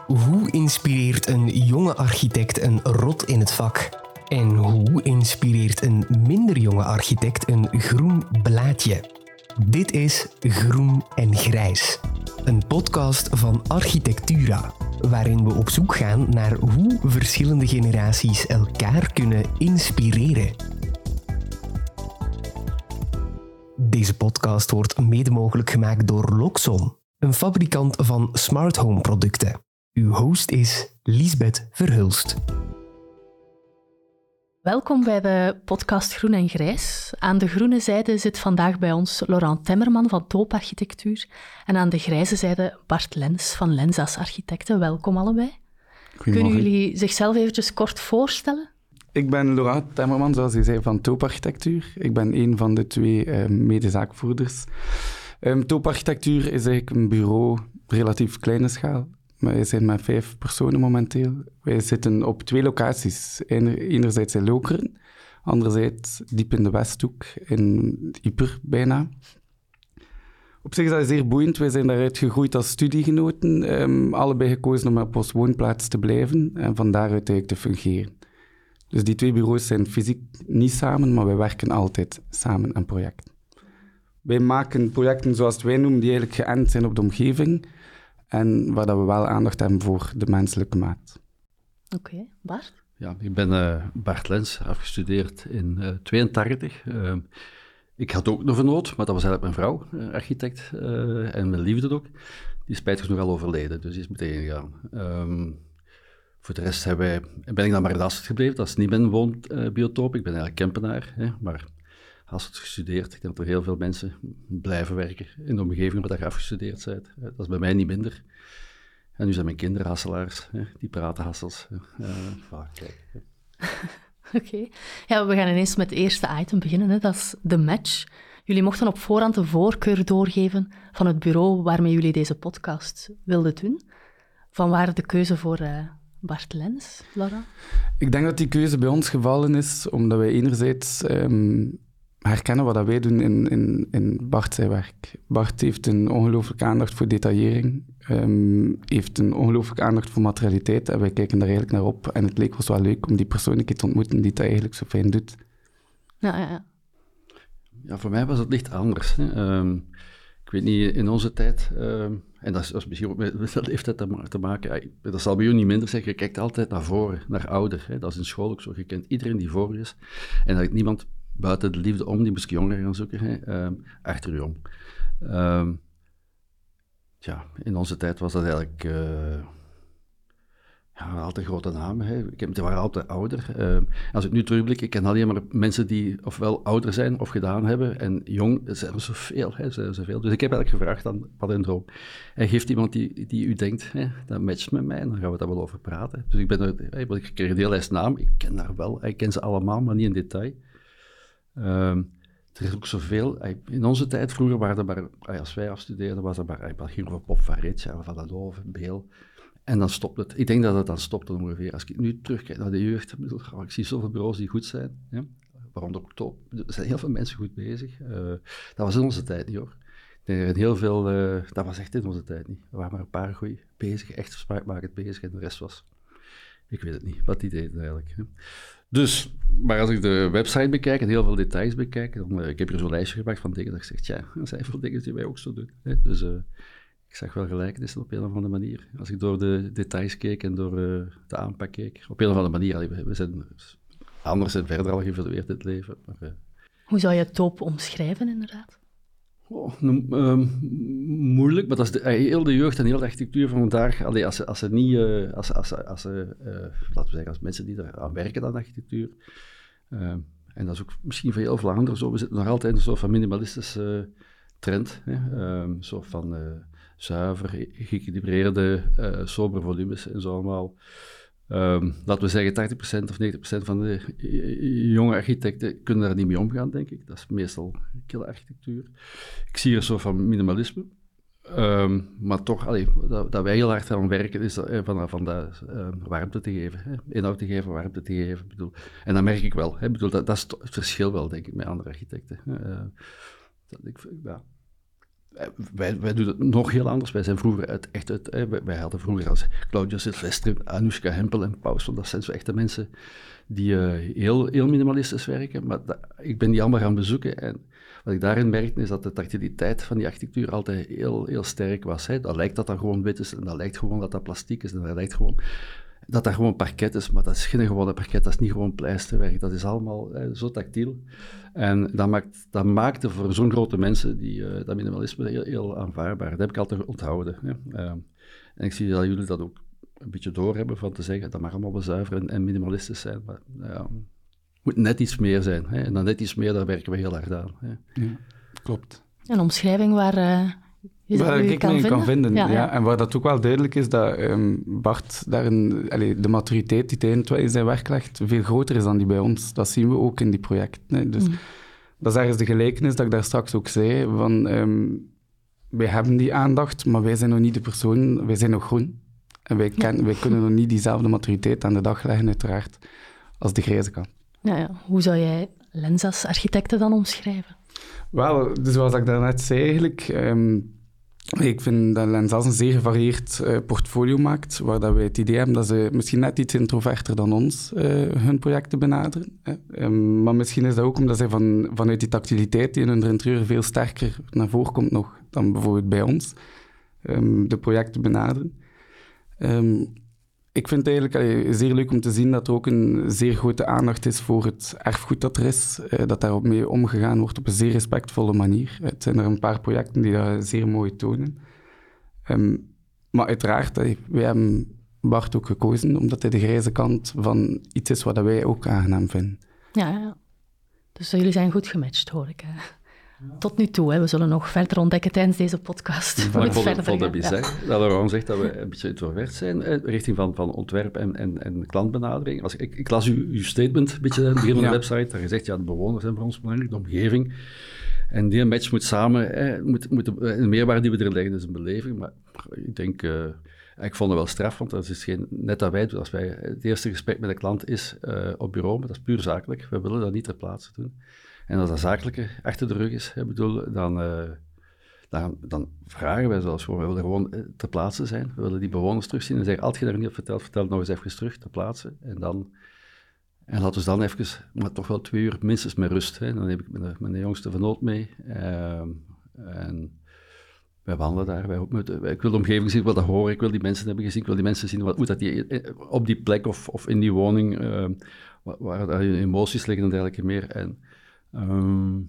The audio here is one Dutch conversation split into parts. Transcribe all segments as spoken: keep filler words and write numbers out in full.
Hoe inspireert een jonge architect een rot in het vak? En hoe inspireert een minder jonge architect een groen blaadje? Dit is Groen en Grijs, een podcast van Architectura, waarin we op zoek gaan naar hoe verschillende generaties elkaar kunnen inspireren. Deze podcast wordt mede mogelijk gemaakt door Loxon, een fabrikant van smart home producten. Uw host is Liesbeth Verhulst. Welkom bij de podcast Groen en Grijs. Aan de groene zijde zit vandaag bij ons Laurent Temmerman van Toop Architectuur en aan de grijze zijde Bart Lens van Lensas Architecten. Welkom allebei. Kunnen jullie zichzelf eventjes kort voorstellen? Ik ben Laurent Temmerman, zoals je zei, van Toop Architectuur. Ik ben een van de twee uh, medezaakvoerders. Um, Toop Architectuur is eigenlijk een bureau, relatief kleine schaal. Wij zijn met vijf personen momenteel. Wij zitten op twee locaties. Enerzijds in Lokeren, anderzijds diep in de Westhoek, in Yper bijna. Op zich is dat zeer boeiend. Wij zijn daaruit gegroeid als studiegenoten. Um, allebei gekozen om op ons woonplaats te blijven en van daaruit eigenlijk te fungeren. Dus die twee bureaus zijn fysiek niet samen, maar wij werken altijd samen aan projecten. Wij maken projecten zoals wij noemen, die eigenlijk geënt zijn op de omgeving en waar dat we wel aandacht hebben voor de menselijke maat. Oké, okay. Bart? Ja, ik ben uh, Bart Lens, afgestudeerd in uh, tweeëntachtig. Uh, ik had ook nog een nood, maar dat was eigenlijk mijn vrouw, uh, architect, uh, en mijn liefde ook. Die is spijtig genoeg al overleden, dus die is meteen gegaan. Um, Voor de rest hebben wij, ben ik dan maar in Hasselt gebleven. Dat is niet mijn woonbiotoop. Ik ben eigenlijk Kempenaar, hè, maar Hasselt gestudeerd. Ik denk dat er heel veel mensen blijven werken in de omgeving waar je afgestudeerd bent. Dat is bij mij niet minder. En nu zijn mijn kinderen Hasselaars, hè, die praten Hassels. Uh, voilà, kijk. Oké. Okay. Ja, we gaan ineens met het eerste item beginnen. Hè. Dat is de match. Jullie mochten op voorhand de voorkeur doorgeven van het bureau waarmee jullie deze podcast wilden doen. Vanwaar de keuze voor... Uh, Bart Lens, Laura? Ik denk dat die keuze bij ons gevallen is, omdat wij enerzijds um, herkennen wat wij doen in, in, in Bart zijn werk. Bart heeft een ongelooflijke aandacht voor detaillering, um, heeft een ongelooflijke aandacht voor materialiteit en wij kijken daar eigenlijk naar op. En het leek ons wel leuk om die persoon een keer te ontmoeten die het eigenlijk zo fijn doet. Ja, ja, ja. Ja, voor mij was het licht anders. Hè. Um, ik weet niet, in onze tijd... Um, En dat is, dat is misschien ook met de leeftijd te, te maken. Dat zal bij jou niet minder zeggen. Je kijkt altijd naar voren, naar ouder. Hè. Dat is in school ook zo. Je kent iedereen die voor je is. En dat is niemand buiten de liefde om, die moest jonger gaan zoeken, hè, um, achter je om. Um, ja, in onze tijd was dat eigenlijk... Uh, ja, altijd grote namen. Hè. Ik heb, die waren altijd ouder. Uh, als ik nu terugblik, ik ken alleen maar mensen die ofwel ouder zijn of gedaan hebben. En jong zijn er zoveel. Hè, zijn er zoveel. Dus ik heb eigenlijk gevraagd aan wat een droom. En geeft iemand die, die u denkt, hè, dat matcht met mij, dan gaan we daar wel over praten. Dus ik ben er, ik kreeg een hele lijst naam. Ik ken daar wel. Ik ken ze allemaal, maar niet in detail. Uh, er is ook zoveel. In onze tijd, vroeger waren er maar, als wij afstudeerden, was er maar, het ging over Pop van Ritja, van Ladoven, Beel. En dan stopt het. Ik denk dat het dan stopt ongeveer. Als ik nu terugkijk naar de jeugd, oh, ik zie zoveel bureaus die goed zijn. Ja? Waaronder ook Toop. Er zijn heel veel mensen goed bezig. Uh, dat was in onze tijd niet, hoor. Er zijn heel veel, uh, dat was echt in onze tijd niet. Er waren maar een paar goeie bezig, echt spraakmakend bezig. En de rest was, ik weet het niet, wat die deden eigenlijk. Hè. Dus, maar als ik de website bekijk en heel veel details bekijk, dan, uh, ik heb hier zo'n lijstje gemaakt van dingen dat ik zeg, ja, er zijn veel dingen die wij ook zo doen. Hè. Dus... Uh, Ik zag wel gelijkenissen op een of andere manier. Als ik door de details keek en door uh, de aanpak keek. Op een of andere manier. Allee, we zijn anders en verder al geëvalueerd in het leven. Maar, uh, Hoe zou je het Toop omschrijven, inderdaad? Oh, um, moeilijk, maar dat is de, heel de jeugd en heel de architectuur van vandaag. Allee, als, ze, als ze niet, uh, als, als, als, ze, uh, laten we zeggen, als mensen die er aan werken aan de architectuur. Uh, en dat is ook misschien voor heel Vlaanderen zo. We zitten nog altijd in een soort van minimalistische uh, trend. Hè? Um, zo van... Uh, zuiver, geëquilibreerde, uh, sobere volumes en zo allemaal. Um, laten we zeggen, tachtig procent of negentig procent van de jonge architecten kunnen daar niet mee omgaan, denk ik. Dat is meestal kille architectuur. Ik zie er zo van minimalisme. Um, maar toch, allee, dat, dat wij heel hard aan werken, is dat, van, van dat, uh, warmte te geven. Hè? Inhoud te geven, warmte te geven. Bedoel. En dat merk ik wel. Hè? Bedoel, dat, dat is het verschil wel, denk ik, met andere architecten. Uh, dat, ik, ja. wij, wij doen het nog heel anders. Wij zijn vroeger uit, echt uit... Hè, wij, wij hadden vroeger als Claudia Silvestri, Anoushka Hempel en Paus, want dat zijn zo echte mensen die uh, heel, heel minimalistisch werken. Maar dat, ik ben die allemaal gaan bezoeken en wat ik daarin merkte is dat de tactiliteit van die architectuur altijd heel, heel sterk was. Hè. Dat lijkt dat dat gewoon wit is en dat lijkt gewoon dat dat plastiek is en dat lijkt gewoon... dat dat gewoon parket is, maar dat is geen gewone parket, dat is niet gewoon pleisterwerk, dat is allemaal eh, zo tactiel. En dat, maakt, dat maakte voor zo'n grote mensen die, uh, dat minimalisme heel, heel aanvaardbaar. Dat heb ik altijd onthouden. Ja. Uh, en ik zie dat jullie dat ook een beetje doorhebben van te zeggen, dat mag allemaal wel zuiver en, en minimalistisch zijn, maar uh, het moet net iets meer zijn. Hè. En dan net iets meer, daar werken we heel hard aan. Hè. Ja, klopt. Een omschrijving waar... Uh... Is waar ik kan mee vinden? kan vinden, ja, ja, ja. En waar dat ook wel duidelijk is, dat um, Bart daarin, allee, de maturiteit die hij in zijn werk legt, veel groter is dan die bij ons. Dat zien we ook in die projecten. Hè. Dus mm. dat is ergens de gelijkenis dat ik daar straks ook zei, van um, wij hebben die aandacht, maar wij zijn nog niet de persoon, wij zijn nog groen. En wij, ken, ja. wij kunnen nog niet diezelfde maturiteit aan de dag leggen, uiteraard, als de grijze kant. Ja, ja. Hoe zou jij Lens architecten dan omschrijven? Wel, dus zoals ik daarnet zei eigenlijk... Um, Ik vind dat Lens een zeer gevarieerd uh, portfolio maakt, waar dat wij het idee hebben dat ze misschien net iets introverter dan ons uh, hun projecten benaderen. Hè. Um, maar misschien is dat ook omdat zij van, vanuit die tactiliteit die in hun interieur veel sterker naar voren komt nog dan bijvoorbeeld bij ons, um, de projecten benaderen. Um, ik vind het eigenlijk allee, zeer leuk om te zien dat er ook een zeer grote aandacht is voor het erfgoed dat er is, uh, dat daarop mee omgegaan wordt op een zeer respectvolle manier. Het zijn er een paar projecten die dat zeer mooi tonen. Um, maar uiteraard, allee, wij hebben Bart ook gekozen, omdat hij de grijze kant van iets is wat wij ook aangenaam vinden. Ja, ja. Dus jullie zijn goed gematcht, hoor ik. Hè. Ja. Tot nu toe, hè. We zullen nog verder ontdekken tijdens deze podcast. Ja, ik vond, vond het bizar ja. dat Laurent zegt dat we een beetje introvert zijn, eh, richting van, van ontwerp en, en, en klantbenadering. Als ik, ik las uw, uw statement een beetje aan het begin van de ja. website, daar je zegt, ja, de bewoners zijn voor ons belangrijk, de omgeving. En die match moet samen, eh, moet, moet de, een meerwaarde die we erin leggen, is een beleving. Maar ik denk... Uh, Ik vond het wel straf, want dat is geen, net dat wij doen. Als wij, het eerste gesprek met de klant is uh, op bureau, maar dat is puur zakelijk. We willen dat niet ter plaatse doen. En als dat zakelijke achter de rug is, hè, bedoel, dan, uh, dan, dan vragen wij zelfs gewoon, we willen gewoon ter plaatse zijn. We willen die bewoners terugzien en zeggen, als je daar niet op vertelt, vertel het nog eens even terug, ter plaatse. En dan, en laten we dan even, maar toch wel twee uur minstens met rust. Hè. Dan heb ik mijn, mijn jongste vernoot mee. Uh, en... Wij wandelen daar, wij, wij, ik wil de omgeving zien, ik wil dat horen, ik wil die mensen hebben gezien, ik wil die mensen zien, wat, hoe dat die op die plek of, of in die woning, uh, waar, waar daar emoties liggen en dergelijke meer. En, um,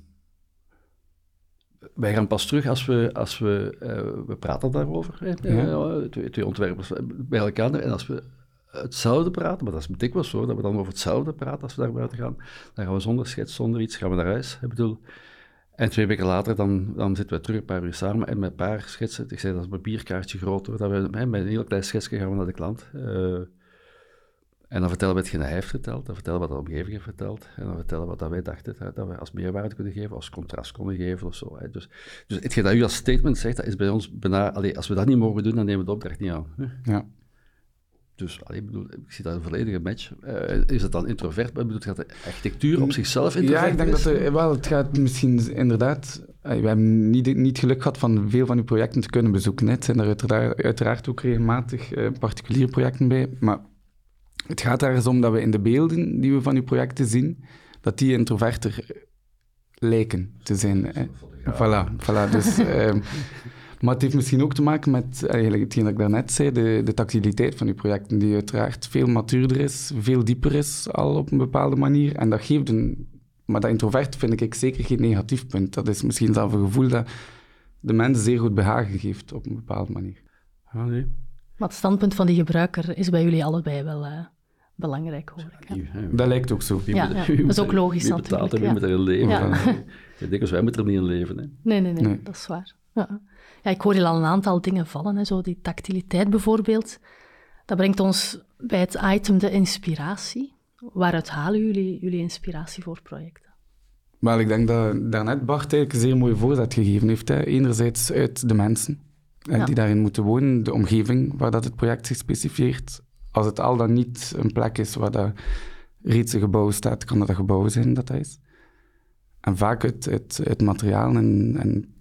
wij gaan pas terug als we, als we, uh, we praten daarover, hè, ja. uh, twee, twee ontwerpers bij elkaar, en als we hetzelfde praten, maar dat is dikwijls zo, dat we dan over hetzelfde praten als we daar buiten gaan, dan gaan we zonder schets, zonder iets, gaan we naar huis, ik bedoel... En twee weken later, dan, dan zitten we terug een paar uur samen en met een paar schetsen. Ik zei, dat is mijn bierkaartje groot hoor. Dat we, hè, met een heel klein schetsje gaan we naar de klant. Uh, en dan vertellen we hetgeen hij heeft verteld. Dan vertellen we wat de omgeving heeft verteld. En dan vertellen we wat dat wij dachten hè, dat we als meerwaarde kunnen geven, als contrast konden geven of zo. Hè. Dus, dus hetgeen dat u als statement zegt, dat is bij ons bijna... Allee, als we dat niet mogen doen, dan nemen we de opdracht niet aan. Hè. Ja. Dus, allee, bedoel, ik zie dat een volledige match. Uh, is het dan introvert? Maar bedoel, gaat de architectuur op zichzelf introvert? Ja, ik denk is? dat er, wel, het gaat misschien inderdaad... Uh, we hebben niet, niet geluk gehad van veel van uw projecten te kunnen bezoeken. Hè. Het zijn er uiteraard, uiteraard ook regelmatig uh, particuliere projecten bij. Maar het gaat ergens om dat we in de beelden die we van uw projecten zien, dat die introverter lijken te zijn. Hè. Voilà, voilà. Dus... Uh, Maar het heeft misschien ook te maken met, eigenlijk hetgeen dat ik daarnet zei, de, de tactiliteit van die projecten, die uiteraard veel matuurder is, veel dieper is al op een bepaalde manier. En dat geeft een... Maar dat introvert vind ik zeker geen negatief punt. Dat is misschien zelf een gevoel dat de mensen zeer goed behagen geeft op een bepaalde manier. Ah, nee. Maar het standpunt van die gebruiker is bij jullie allebei wel uh, belangrijk, hoor ik. Ja. Dat lijkt ook zo. Ja, ja. Dat is ook logisch wie natuurlijk. Wie betaalt en wie ja. moet erin leven? Ja. Ik denk, wij moeten er niet in leven. Hè. Nee, nee, nee, nee, dat is waar. Ja. Ja, ik hoor hier al een aantal dingen vallen, hè, zo die tactiliteit bijvoorbeeld. Dat brengt ons bij het item de inspiratie. Waaruit halen jullie jullie inspiratie voor projecten? Wel, ik denk dat daarnet Bart eigenlijk een zeer mooie voorzet gegeven heeft. Hè. Enerzijds uit de mensen hè, ja. die daarin moeten wonen, de omgeving waar dat het project zich specifieert. Als het al dan niet een plek is waar dat reeds een gebouw staat, kan dat een gebouw zijn dat dat is. En vaak het, het, het materiaal en, en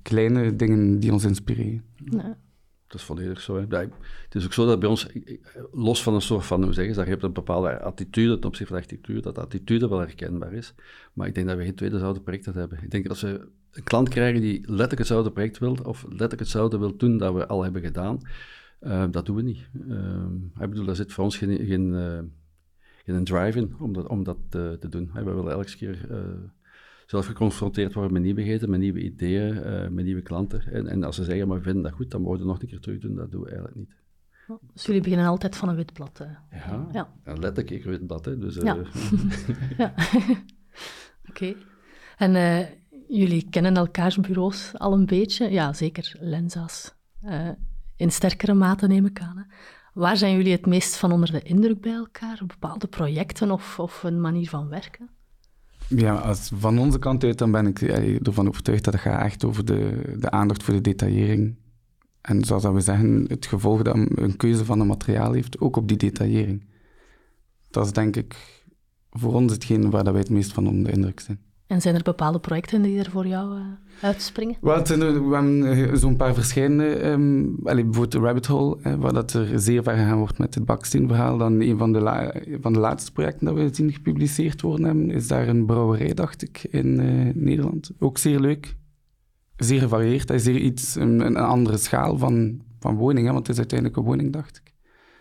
kleine dingen die ons inspireren. Nee. Dat is volledig zo. Hè. Het is ook zo dat bij ons, los van een soort van, hoe zeggen ze, dat je hebt een bepaalde attitude ten opzichte van de architectuur, dat de attitude wel herkenbaar is. Maar ik denk dat we geen tweede zouden project hebben. Ik denk dat als we een klant krijgen die letterlijk hetzelfde project wil, of letterlijk hetzelfde wil doen dat we al hebben gedaan, uh, dat doen we niet. Uh, ik bedoel, daar zit voor ons geen, geen, uh, geen drive in om dat, om dat uh, te doen. We willen elke keer uh, zelf geconfronteerd worden met nieuwigheden, met nieuwe ideeën, uh, met nieuwe klanten. En, en als ze zeggen, maar we vinden dat goed, dan mogen we nog een keer terug doen. Dat doen we eigenlijk niet. Dus jullie beginnen altijd van een wit blad. Hè? Ja, ja. En letterlijk een wit blad. Hè. Dus, uh, ja. ja. Oké. Okay. En uh, jullie kennen elkaars bureaus al een beetje. Ja, zeker Lenza's. Uh, in sterkere mate neem ik aan. Hè. Waar zijn jullie het meest van onder de indruk bij elkaar? Bepaalde projecten of, of een manier van werken? Ja, als van onze kant uit, dan ben ik ervan overtuigd dat het gaat echt over de, de aandacht voor de detaillering. En zoals we zeggen, het gevolg dat een keuze van een materiaal heeft, ook op die detaillering. Dat is denk ik voor ons hetgeen waar wij het meest van onder de indruk zijn. En zijn er bepaalde projecten die er voor jou uh, uitspringen? Wel, het zijn er, we hebben zo'n paar verschillende. Um, allee, bijvoorbeeld de Rabbit Hole, eh, waar dat er zeer ver gegaan wordt met het Baksteen-verhaal. Dan een van de, la, van de laatste projecten dat we zien gepubliceerd worden hebben, is daar een brouwerij, dacht ik, in uh, Nederland. Ook zeer leuk. Zeer gevarieerd. Dat is zeer iets, een, een andere schaal van, van woning, hè, want het is uiteindelijk een woning, dacht ik.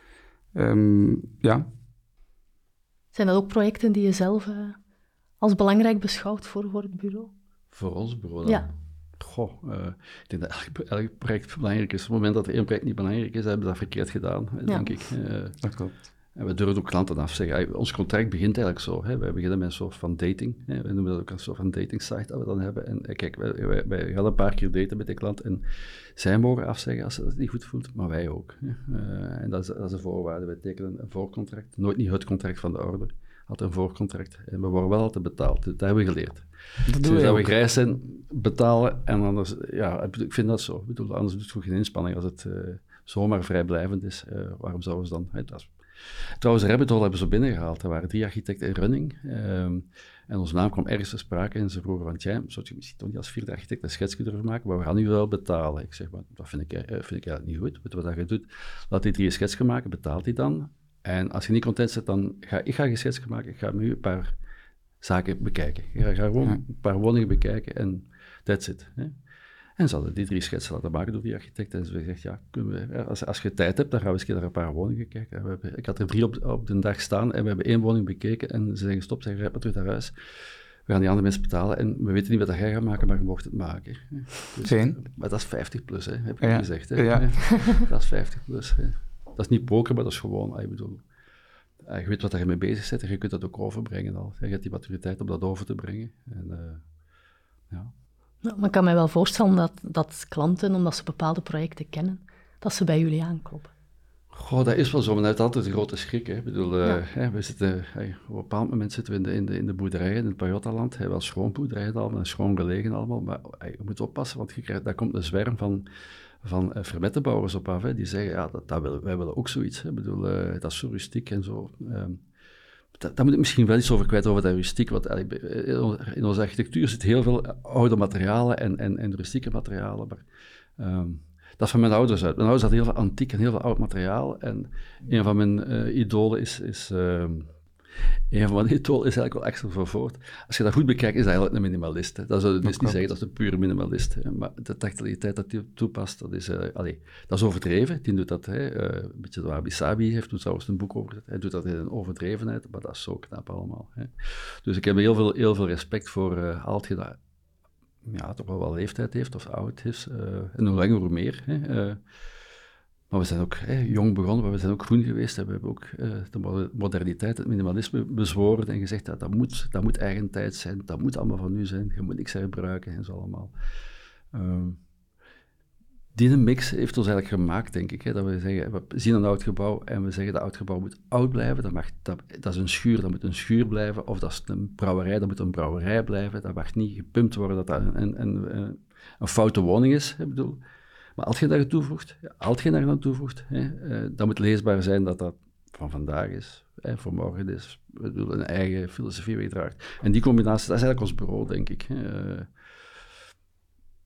Um, ja. Zijn dat ook projecten die je zelf uh, als belangrijk beschouwt voor, voor het bureau? Voor ons bureau dan? Ja. Goh, uh, ik denk dat elk, elk project belangrijk is. Op het moment dat er één project niet belangrijk is, hebben we dat verkeerd gedaan, ja. denk ik. Uh, dat klopt. En we durven ook klanten afzeggen. Ons contract begint eigenlijk zo. Hè. Wij beginnen met een soort van dating. Hè. We noemen dat ook een soort van dating site dat we dan hebben. En kijk, wij, wij, wij gaan een paar keer daten met de klant en zij mogen afzeggen als ze het niet goed voelt, maar wij ook. Hè. Uh, en dat is, dat is een voorwaarde. Wij tekenen een voorcontract. Nooit niet het contract van de orde. Altijd een voorcontract. En we worden wel altijd betaald. Dat hebben we geleerd. Dat doen dus we dat we grijs zijn, betalen en anders... Ja, ik vind dat zo. Ik bedoel, anders doet het goed geen inspanning. Als het uh, zomaar vrijblijvend is, uh, waarom zouden ze dan... Hè, dat is, Trouwens, Rabbit Hole hebben ze binnengehaald. Er waren drie architecten in running. Um, en onze naam kwam ergens te sprake. En ze vroegen van, tja, zou je misschien toch niet als vierde architect een schetsje durven maken? Maar we gaan nu wel betalen. Ik zeg, maar dat vind ik, vind ik eigenlijk niet goed. Weet je wat je doet? Laat die drie een schetsje maken, betaalt die dan. En als je niet content bent, dan ga ik ga een schetsje maken. Ik ga nu een paar zaken bekijken. Ik ga, ga gewoon een paar woningen bekijken en that's it. Hè? En ze hadden die drie schetsen laten maken door die architect. En ze hebben gezegd, ja, kunnen we, als, als je tijd hebt, dan gaan we eens naar een paar woningen kijken. We hebben, ik had er drie op, op de dag staan en we hebben één woning bekeken. En ze zeggen, stop, zeg, rijd maar terug naar huis. We gaan die andere mensen betalen en we weten niet wat jij gaat maken, maar je mocht het maken. Dus, maar dat is vijftig plus, hè, heb ik ja. gezegd. Hè. Ja. Dat is vijftig plus. Hè. Dat is niet poker, maar dat is gewoon, ik bedoel... Je weet wat je mee bezig bent en je kunt dat ook overbrengen al. Je hebt die maturiteit om dat over te brengen. En, uh, ja... Ja, maar ik kan mij wel voorstellen dat, dat klanten, omdat ze bepaalde projecten kennen, dat ze bij jullie aankloppen. Goh, dat is wel zo, maar dat is altijd een grote schrik. Hè. Ik bedoel, uh, ja. hè, we zitten, hey, op een bepaald moment zitten we in de, in de, in de boerderijen, in het Pajottaland. Wel schoon boerderijen allemaal, en schoon gelegen allemaal, maar hey, je moet oppassen, want je krijgt, daar komt een zwerm van, van uh, vermettenbouwers op af, hè, die zeggen, ja, dat, dat willen, wij willen ook zoiets. Hè. Ik bedoel, uh, dat is zo rustiek en zo... Um, Daar moet ik misschien wel iets over kwijt, over dat rustiek. Want in onze architectuur zit heel veel oude materialen en, en, en rustieke materialen. Maar, um, dat is van mijn ouders uit. Mijn ouders hadden heel veel antiek en heel veel oud materiaal. En een van mijn uh, idolen is... is um, een van mijn idolen is eigenlijk wel Axel Vervoort. Als je dat goed bekijkt, is hij eigenlijk een minimalist. Hè. Dat zou dus niet zeggen dat is een pure minimalist. Hè. Maar de tactiliteit dat hij toepast, dat is, uh, allee, dat is overdreven. Die doet dat, hè, uh, een beetje de Wabi Sabi heeft toen trouwens een boek over gezet. Hij doet dat in een overdrevenheid, maar dat is zo knap allemaal. Hè. Dus ik heb heel veel, heel veel respect voor uh, al hetgeen dat ja, toch wel wat leeftijd heeft of oud is. Uh, en hoe langer, hoe meer. Hè. Uh, Maar we zijn ook hè, jong begonnen, maar we zijn ook groen geweest. En we hebben ook uh, de moderniteit, het minimalisme bezworen en gezegd dat dat moet, dat moet eigen tijd zijn, dat moet allemaal van nu zijn, je moet niks herbruiken en zo allemaal. Um, die mix heeft ons eigenlijk gemaakt, denk ik. Hè, dat we zeggen, we zien een oud gebouw en we zeggen dat oud gebouw moet oud blijven. Dat, mag, dat, dat is een schuur, dat moet een schuur blijven. Of dat is een brouwerij, dat moet een brouwerij blijven. Dat mag niet gepumpt worden dat dat een, een, een, een foute woning is, ik bedoel... Maar als je daar toevoegt, als je daar aan toevoegt, hè, uh, dan moet leesbaar zijn dat dat van vandaag is, hè, voor morgen is, een eigen filosofie meedraagt. En die combinatie, dat is eigenlijk ons bureau, denk ik. Uh,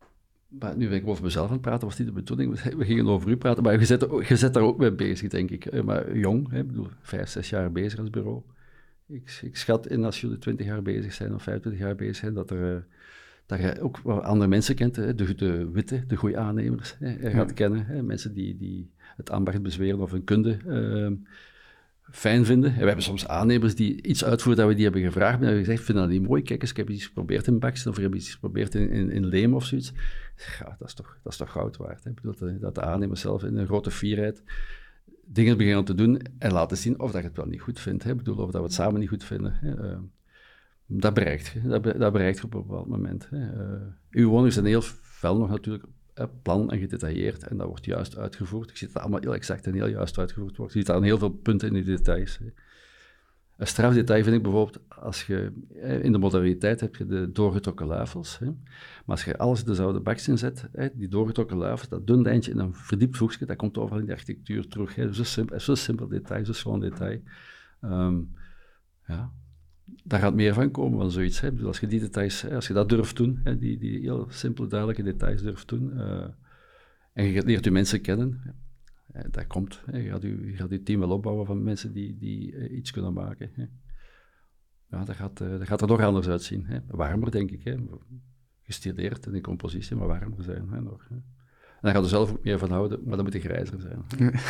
Maar nu ben ik over mezelf aan het praten, was niet de bedoeling. We gingen over u praten, maar je zit, je zit daar ook mee bezig, denk ik. Maar jong, hè, ik bedoel, vijf, zes jaar bezig als bureau. Ik, ik schat in als jullie twintig jaar bezig zijn of vijfentwintig jaar bezig zijn, dat, er, dat je ook wel andere mensen kent, hè, de, de witte, de goede aannemers hè, gaat ja. kennen. Hè, mensen die, die het ambacht bezweren of hun kunde uh, fijn vinden. En we hebben soms aannemers die iets uitvoeren dat we die hebben gevraagd. En we gezegd, vind dat niet mooi? Kijk eens, ik heb iets geprobeerd in Baksteen of ik heb iets geprobeerd in, in, in Leem of zoiets. Ja, dat is toch, dat is toch goud waard. Hè? Ik bedoel, dat de aannemers zelf in een grote fierheid dingen beginnen te doen en laten zien of dat je het wel niet goed vindt. Hè? Ik bedoel, of dat we het samen niet goed vinden. Hè? Uh, dat bereikt je. Dat, be, dat bereikt je op een bepaald moment. Hè? Uh, uw woningen zijn heel fel nog natuurlijk uh, plan en gedetailleerd en dat wordt juist uitgevoerd. Ik zie dat het allemaal heel exact en heel juist uitgevoerd wordt. Je ziet daar heel veel punten in de details. Hè? Een strafdetail vind ik bijvoorbeeld, als je in de moderniteit heb je de doorgetrokken luifels. Hè? Maar als je alles in dezelfde baksteen zet, hè, die doorgetrokken luifels, dat dun lijntje in een verdiept voegje, dat komt overal in de architectuur terug. Hè? Zo simpel, zo simpel detail, zo schoon detail. Um, ja, daar gaat meer van komen van zoiets. Hè? Dus als je die details, hè, als je dat durft doen, hè, die, die heel simpele, duidelijke details durft doen, uh, en je leert je mensen kennen, hè, dat komt. Hè. Je gaat je, je gaat je team wel opbouwen van mensen die, die uh, iets kunnen maken. Hè. Ja, dat gaat, uh, dat gaat er nog anders uitzien. Hè. Warmer, denk ik. Hè. Gestileerd in de compositie, maar warmer zijn. Hè, nog, hè. En daar gaat er zelf ook meer van houden, maar dan moet je grijzer zijn.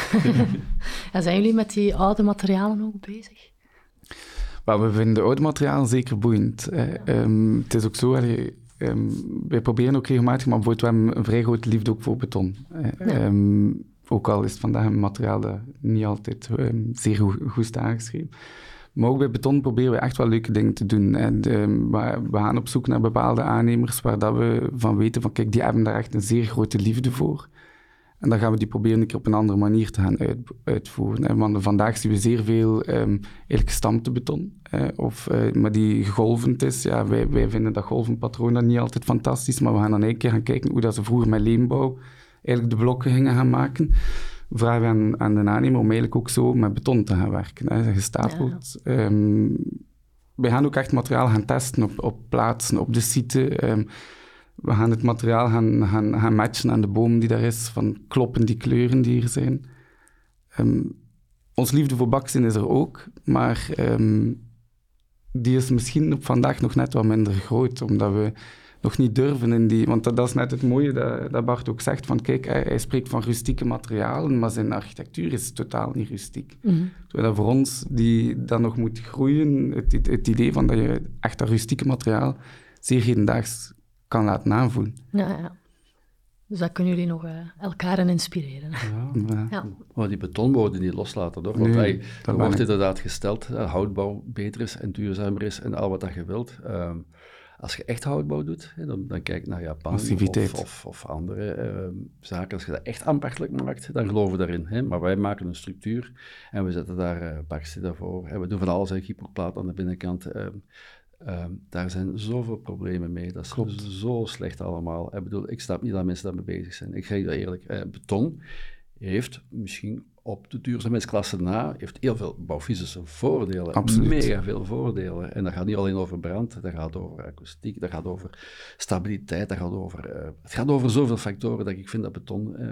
Ja, zijn jullie met die oude materialen ook bezig? Maar we vinden oude materialen zeker boeiend. Ja. Um, het is ook zo, allee, um, wij proberen ook regelmatig, maar bijvoorbeeld we hebben een vrij grote liefde ook voor beton. Ja. Um, ook al is het vandaag een materiaal dat niet altijd um, zeer goed, goed is aangeschreven. Maar ook bij beton proberen we echt wel leuke dingen te doen. En de, we gaan op zoek naar bepaalde aannemers waar dat we van weten van kijk, die hebben daar echt een zeer grote liefde voor. En dan gaan we die proberen een keer op een andere manier te gaan uit, uitvoeren. Hè. Want vandaag zien we zeer veel um, eigenlijk gestampte beton. Hè, of, uh, maar die gegolvend is. Ja, wij, wij vinden dat golvenpatroon dan niet altijd fantastisch. Maar we gaan dan een keer gaan kijken hoe dat ze vroeger met leembouw eigenlijk de blokken gingen gaan maken. Vragen we aan, aan de aannemer om eigenlijk ook zo met beton te gaan werken. Hè, gestapeld. Ja. Um, we gaan ook echt materiaal gaan testen op, op plaatsen, op de site. Um, We gaan het materiaal gaan, gaan, gaan matchen aan de boom die daar is, van kloppen die kleuren die er zijn. Um, ons liefde voor baksteen is er ook, maar um, die is misschien op vandaag nog net wat minder groot, omdat we nog niet durven in die... Want dat, dat is net het mooie dat, dat Bart ook zegt, van kijk, hij, hij spreekt van rustieke materialen, maar zijn architectuur is totaal niet rustiek. Mm-hmm. Terwijl dat voor ons, die dan nog moet groeien, het, het, het idee van dat je echt dat rustieke materiaal zeer hedendaags kan laten aanvoelen. Ja, ja. Dus dat kunnen jullie nog uh, elkaar in inspireren. Ja. Ja. Ja. Maar die betonbouwen die loslaten, toch? Want nee, er wordt inderdaad gesteld dat houtbouw beter is en duurzamer is en al wat dat je wilt. Um, als je echt houtbouw doet, hè, dan, dan kijk naar Japan of, of, of andere uh, zaken. Als je dat echt ambachtelijk maakt, dan geloven we daarin. Hè. Maar wij maken een structuur en we zetten daar uh, baksteen daarvoor. En we doen van alles, een hypoplaat aan de binnenkant. Uh, Um, daar zijn zoveel problemen mee. Dat is Klopt. zo slecht allemaal. Ik bedoel, ik snap niet dat mensen daarmee bezig zijn. Ik zeg je eerlijk. Eh, beton heeft misschien op de duurzaamheidsklasse na heeft heel veel bouwfysische voordelen. Absoluut. Mega veel voordelen. En dat gaat niet alleen over brand, dat gaat over akoestiek, dat gaat over stabiliteit, dat gaat over... Uh, het gaat over zoveel factoren dat ik vind dat beton... Uh,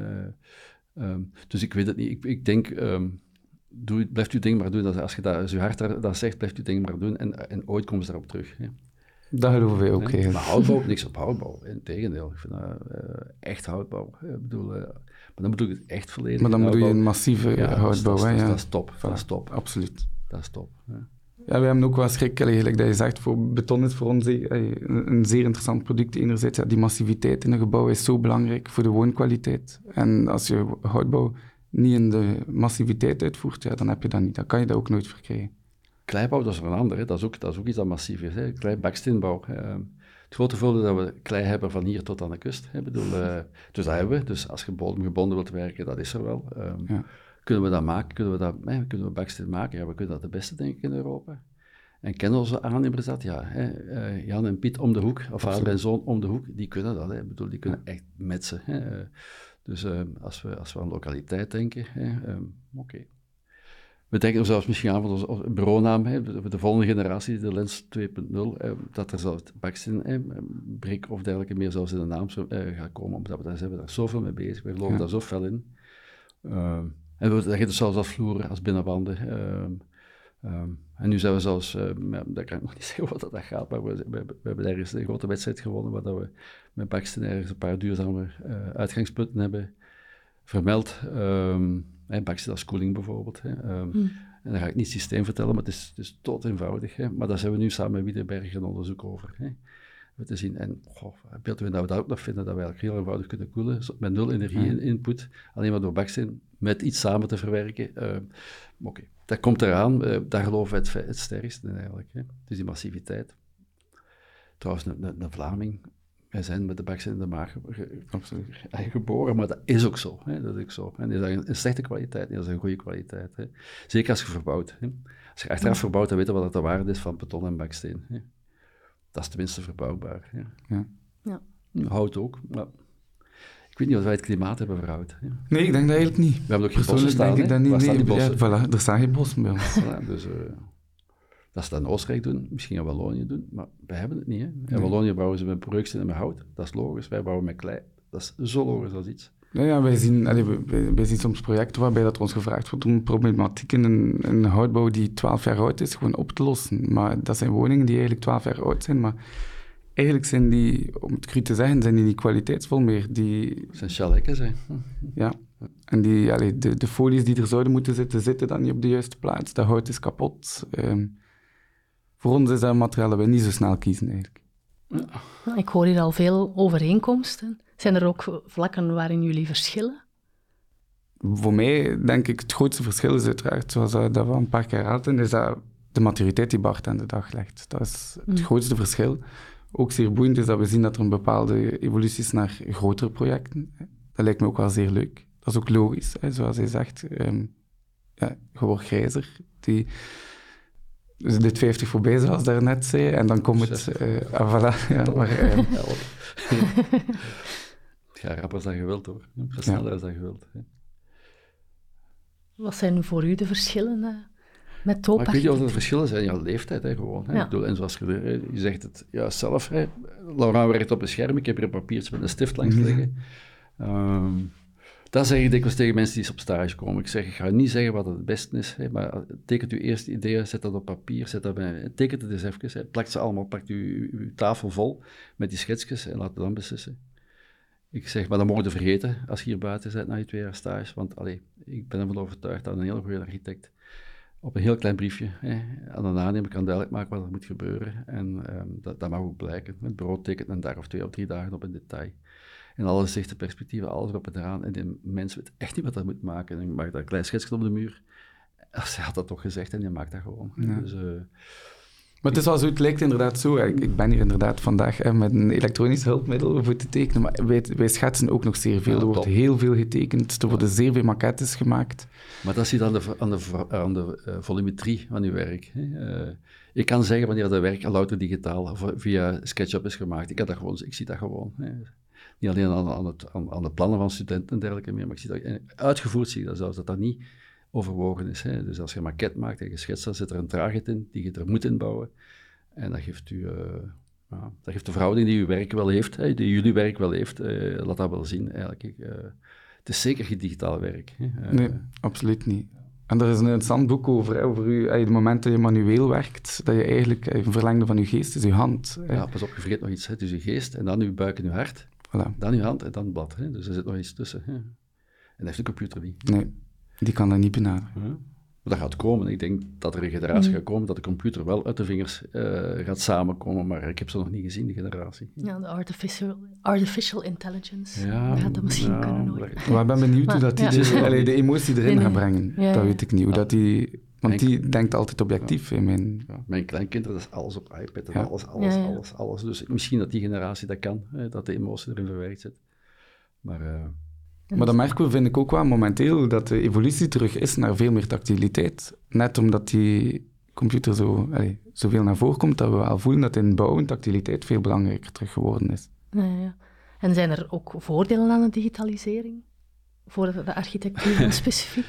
um, dus ik weet het niet. Ik, ik denk... Um, Doe, blijft uw ding maar doen. Als je dat, als je hart dat, dat zegt, blijft uw ding maar doen. En, en ooit komen ze daarop terug. Hè. Dat geloven wij ook. Nee, maar houtbouw, niks op houtbouw. Integendeel. Ik vind dat uh, echt houtbouw. Ik bedoel, uh, maar dan bedoel ik het echt volledig. Maar dan bedoel je een massieve ja, houtbouw. Dat is, hè, dat, ja. dat is top. Voilà. Dat is top. Absoluut. Dat is top. Ja. Ja, we hebben ook wel schrik, eigenlijk dat je zegt, voor beton is voor ons een, een zeer interessant product. Enerzijds, ja, die massiviteit in een gebouw is zo belangrijk voor de woonkwaliteit. En als je houtbouw niet in de massiviteit uitvoert, ja, dan heb je dat niet. Dan kan je dat ook nooit verkrijgen. Kleibouw, dat is een ander. Hè. Dat, is ook, dat is ook iets dat massief is. Hè. Klei, baksteenbouw. Uh, het grote voordeel dat we klei hebben van hier tot aan de kust. Hè. Bedoel, uh, dus dat hebben we. Dus als je bodemgebonden wilt werken, dat is er wel. Um, ja. Kunnen we dat maken? Kunnen we, dat, eh, kunnen we baksteen maken? Ja, we kunnen dat de beste, denk ik, in Europa. En kennen onze aannemers dat? Ja, hè. Uh, Jan en Piet om de hoek, of vader en zoon om de hoek, die kunnen dat. Hè. Bedoel, die kunnen ja. echt metsen. Hè. Uh, Dus uh, als, we, als we aan lokaliteit denken, um, oké. Okay. We denken er zelfs misschien aan voor onze bureaunaam, hè, de, de volgende generatie, de Lens twee punt nul, eh, dat er zelfs Baxen, eh, Brik of dergelijke meer zelfs in de naam eh, gaat komen, omdat we daar zijn we daar zoveel mee bezig, we geloven ja. daar zo fel in. Uh, en we zeggen dus zelfs als vloeren, als binnenwanden. Uh, um, en nu zijn we zelfs, uh, dat kan ik nog niet zeggen wat dat gaat, maar we, we, we hebben ergens een grote wedstrijd gewonnen, waar dat we met Baxen ergens een paar duurzame uh, uitgangspunten hebben vermeld. Um, Hè, Baxen als koeling bijvoorbeeld. Hè. Um, hmm. En dan ga ik niet het systeem vertellen, maar het is, het is tot eenvoudig. Hè. Maar daar zijn we nu samen met Wiedenberg een onderzoek over. Hè. We te zien, en goh, beeld we nou dat ook nog vinden, dat we eigenlijk heel eenvoudig kunnen koelen, met nul energie-input, alleen maar door Baxen met iets samen te verwerken. Uh, Oké, okay. Dat komt eraan, uh, daar geloven we het, het sterkst in eigenlijk. Hè. Dus die massiviteit. Trouwens, een, een, een Vlaming. Wij zijn met de Baxen in de maag ge, ge, geboren, maar dat is ook zo. Hè? Dat is ook zo. En dat is een, een slechte kwaliteit, dat is een goede kwaliteit. Hè? Zeker als je verbouwt. Hè? Als je achteraf ja. verbouwt, dan weet je wat de waarde is van beton en baksteen. Hè? Dat is tenminste verbouwbaar. Hè? Ja. Ja. Hout ook, maar ik weet niet of wij het klimaat hebben voor hout. Hè? Nee, ik denk dat eigenlijk niet. We hebben ook geen bossen staan. Ik dat niet. Waar Nee, staan die ja, bossen? Voilà, er staan geen bossen bij ons. Voilà, dus... Uh, dat ze dat in Oostenrijk doen, misschien in Wallonië doen, maar wij hebben het niet. Hè? In nee. Wallonië bouwen ze met productie en met hout, dat is logisch. Wij bouwen met klei, dat is zo logisch als iets. Ja, ja wij, zien, allee, wij, wij zien soms projecten waarbij dat ons gevraagd wordt om problematieken in een, een houtbouw die twaalf jaar oud is, gewoon op te lossen. Maar dat zijn woningen die eigenlijk twaalf jaar oud zijn, maar eigenlijk zijn die, om het cru te zeggen, zijn die niet kwaliteitsvol meer. Die zijn chalekken, zijn. Ja. En die, allee, de, de folies die er zouden moeten zitten, zitten dan niet op de juiste plaats. Dat hout is kapot. Um, voor ons is dat een materiaal dat we niet zo snel kiezen, eigenlijk. Ja. Ik hoor hier al veel overeenkomsten. Zijn er ook vlakken waarin jullie verschillen? Voor mij, denk ik, het grootste verschil is uiteraard, zoals dat we een paar keer hadden, is dat de maturiteit die Bart aan de dag legt. Dat is het mm. grootste verschil. Ook zeer boeiend is dat we zien dat er een bepaalde evolutie is naar grotere projecten. Dat lijkt me ook wel zeer leuk. Dat is ook logisch, hè, zoals hij zegt. Um, ja, je wordt grijzer. Die, dus dit vijftig voorbij, zoals daarnet zei. En dan komt het... Uh, ah, voilà. Ja, maar, um, ja, rapper dan je wilt, hoor. Sneller ja. dan je wilt. Hè. Wat zijn voor u de verschillen uh, met tooparchitectuur? Ik weet niet of er verschillen zijn. Ja, leeftijd, hè, gewoon. Hè. Ja. Ik bedoel, en zoals je, je zegt het ja, zelf. Hè. Laurent werkt op een scherm. Ik heb hier een papiertje met een stift langs liggen. Um, Dat zeg ik dikwijls tegen mensen die op stage komen. Ik zeg, ik ga niet zeggen wat het beste is, hè, maar tekent uw eerste ideeën, zet dat op papier, zet dat bij, tekent het eens even, hè, plakt ze allemaal, plakt uw, uw tafel vol met die schetsjes en laat het dan beslissen. Ik zeg, maar dan mogen we vergeten als je hier buiten bent na je twee jaar stage, want allee, ik ben ervan overtuigd dat een heel goede architect op een heel klein briefje hè, aan de aannemer kan duidelijk maken wat er moet gebeuren en um, dat, dat mag ook blijken. Het bureau tekent een dag of twee of drie dagen op een detail. En alle zichten, perspectieven, alles erop en eraan. En die mens weet echt niet wat hij moet maken. En ik maak daar een klein schetsje op de muur. Hij had dat toch gezegd en je maakt dat gewoon. Ja. Dus, uh, maar het is wel zo, het lijkt inderdaad zo. Ik, ik ben hier inderdaad vandaag hè, met een elektronisch hulpmiddel voor te tekenen. Maar wij, wij schetsen ook nog zeer veel. Ja, er wordt heel veel getekend. Er worden zeer veel maquettes gemaakt. Maar dat zit aan de, aan de, aan de uh, volumetrie van uw werk. Hè. Uh, ik kan zeggen wanneer dat werk louter digitaal via SketchUp is gemaakt. Ik, kan dat gewoon, ik zie dat gewoon. Hè. Niet alleen aan, aan, het, aan, aan de plannen van studenten en dergelijke meer, maar ik zie dat, uitgevoerd zie ik dat zelfs, dat dat niet overwogen is. Hè. Dus als je een maquette maakt en je schetst, dan zit er een traagheid in, die je er moet inbouwen. En dat geeft, u, uh, ja, dat geeft de verhouding die uw werk wel heeft, hè, die jullie werk wel heeft, uh, laat dat wel zien eigenlijk. Uh, het is zeker geen digitaal werk. Hè. Uh, nee, absoluut niet. En er is een interessant boek over, hè, over u, het moment dat je manueel werkt, dat je eigenlijk een verlengde van je geest is, je hand. Hè. Ja, pas op, je vergeet nog iets. Hè. Het is je geest en dan je buik en je hart. Voilà. Dan je hand en dan het blad. Hè. Dus er zit nog iets tussen. Hè. En dat heeft de computer niet. Nee, die kan dat niet benaderen. Ja. Maar dat gaat komen. Ik denk dat er een generatie mm. gaat komen dat de computer wel uit de vingers uh, gaat samenkomen, maar ik heb ze nog niet gezien, die generatie. Ja, de artificial, artificial intelligence ja, gaat dat misschien ja, kunnen nooit. Maar ik ben benieuwd maar, hoe dat die ja. de, allee, de emotie erin nee, gaat brengen. Ja, dat weet ik niet. Hoe ja. dat die... Want die mijn, denkt altijd objectief. Ja. In mijn... Ja, mijn kleinkinderen, dat is alles op iPad en ja. alles, alles, ja, ja. alles, alles. Dus misschien dat die generatie dat kan, hè, dat de emotie erin verwerkt zit. Maar, uh... maar dan merken we, vind ik ook wel momenteel, dat de evolutie terug is naar veel meer tactiliteit. Net omdat die computer zo, allez, zoveel naar voren komt, dat we wel voelen dat in bouwen tactiliteit veel belangrijker terug geworden is. Ja, ja. En zijn er ook voordelen aan de digitalisering? Voor de architectuur specifiek?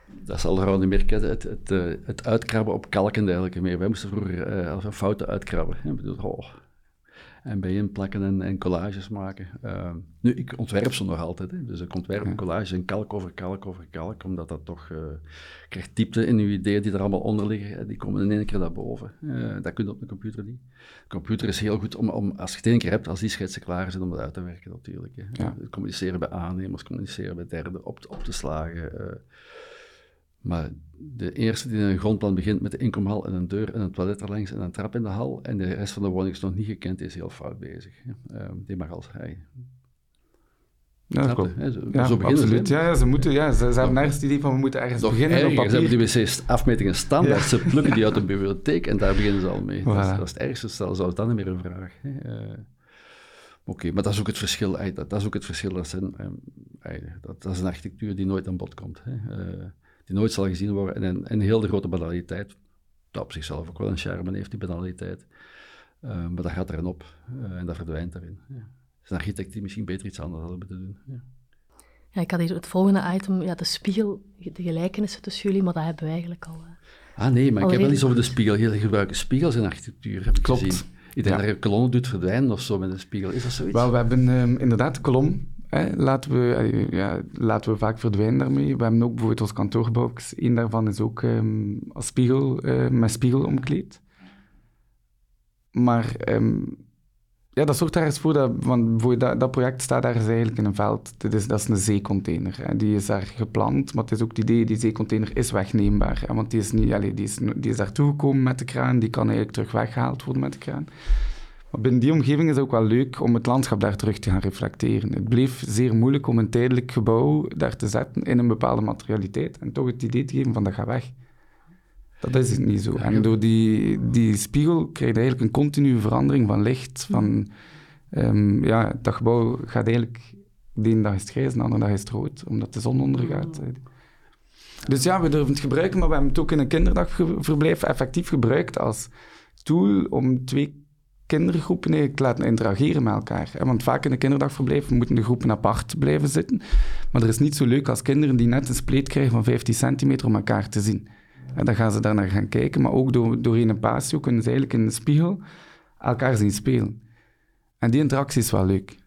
Dat zal er al niet meer kennen, het, het, het, het uitkrabben op kalk en dergelijke meer. Wij moesten vroeger uh, als een fouten uitkrabben. Hè? Ik bedoel, oh. En bijeen plakken en, en collages maken. Uh, nu, ik ontwerp ze nog altijd. Hè? Dus ik ontwerp ja. collages in kalk over kalk over kalk, omdat dat toch uh, krijgt diepte in uw ideeën die er allemaal onder liggen. Hè? Die komen in één keer naar boven. Uh, dat kun je op een computer niet. De computer is heel goed om, om als je het één keer hebt, als die schetsen klaar zijn, om dat uit te werken natuurlijk. Hè? Ja. Communiceren bij aannemers, communiceren bij derden, op, op te slagen. Uh, Maar de eerste die in een grondplan begint met de inkomhal en een deur en een toilet erlangs en een trap in de hal en de rest van de woning is nog niet gekend, is heel fout bezig. Uh, die mag als hij. Ja, dat klopt. Hè? Zo, ja, zo absoluut. Ja, ja, ze, moeten, ja, ze, ze hebben ergens het idee van we moeten ergens nog beginnen erger, op papier. Ze hebben die wc-afmetingen standaard, ja. Ze plukken die uit de bibliotheek en daar beginnen ze al mee. Voilà. Dat, is, dat is het ergste, stel ze dan niet meer een vraag. Uh, Oké, okay, maar dat is ook het verschil. Dat, dat is ook het verschil. Dat, zijn, um, dat, dat is een architectuur die nooit aan bod komt. Hè? Uh, die nooit zal gezien worden. En een, een heel de grote banaliteit, dat op zichzelf ook wel een charme heeft, die banaliteit. Uh, maar dat gaat erin op uh, en dat verdwijnt erin. Ja. Het is een architect die misschien beter iets anders hadden moeten doen. Ja. Ja, ik had hier het volgende item, ja, de spiegel, de gelijkenissen tussen jullie, maar dat hebben we eigenlijk al... Uh, ah nee, maar ik heb wel iets over de spiegel. Jullie gebruiken spiegels in architectuur, heb ik Klopt. gezien. Ik denk ja. dat je kolommen doet verdwijnen of zo met een spiegel. Is dat zoiets? Wel, we hebben um, inderdaad de kolom. Hè, laten, we, uh, ja, laten we vaak verdwijnen daarmee. We hebben ook bijvoorbeeld ons kantoorgebouw. Eén daarvan is ook um, als spiegel, uh, met spiegel omkleed. Maar um, ja, dat zorgt ergens voor dat... Want voor dat, dat project staat daar eigenlijk in een veld. Dat is, dat is een zeecontainer. Hè. Die is daar gepland, maar het is ook het idee... Die zeecontainer is wegneembaar. Hè, want die is, niet, allez, die, is, die is daartoe gekomen met de kraan. Die kan eigenlijk terug weggehaald worden met de kraan. Maar binnen die omgeving is het ook wel leuk om het landschap daar terug te gaan reflecteren. Het bleef zeer moeilijk om een tijdelijk gebouw daar te zetten in een bepaalde materialiteit en toch het idee te geven van dat gaat weg. Dat is niet zo. En door die, die spiegel krijg je eigenlijk een continue verandering van licht. Van, um, ja, dat gebouw gaat eigenlijk... De ene dag is het grijs, de andere dag is het rood, omdat de zon ondergaat. Dus ja, we durven het gebruiken, maar we hebben het ook in een kinderdagverblijf effectief gebruikt als tool om twee kindergroepen eigenlijk te laten interageren met elkaar. Want vaak in een kinderdagverblijf moeten de groepen apart blijven zitten. Maar er is niet zo leuk als kinderen die net een spleet krijgen van vijftien centimeter om elkaar te zien. En dan gaan ze daar naar gaan kijken, maar ook door, doorheen een patio kunnen ze eigenlijk in de spiegel elkaar zien spelen. En die interactie is wel leuk.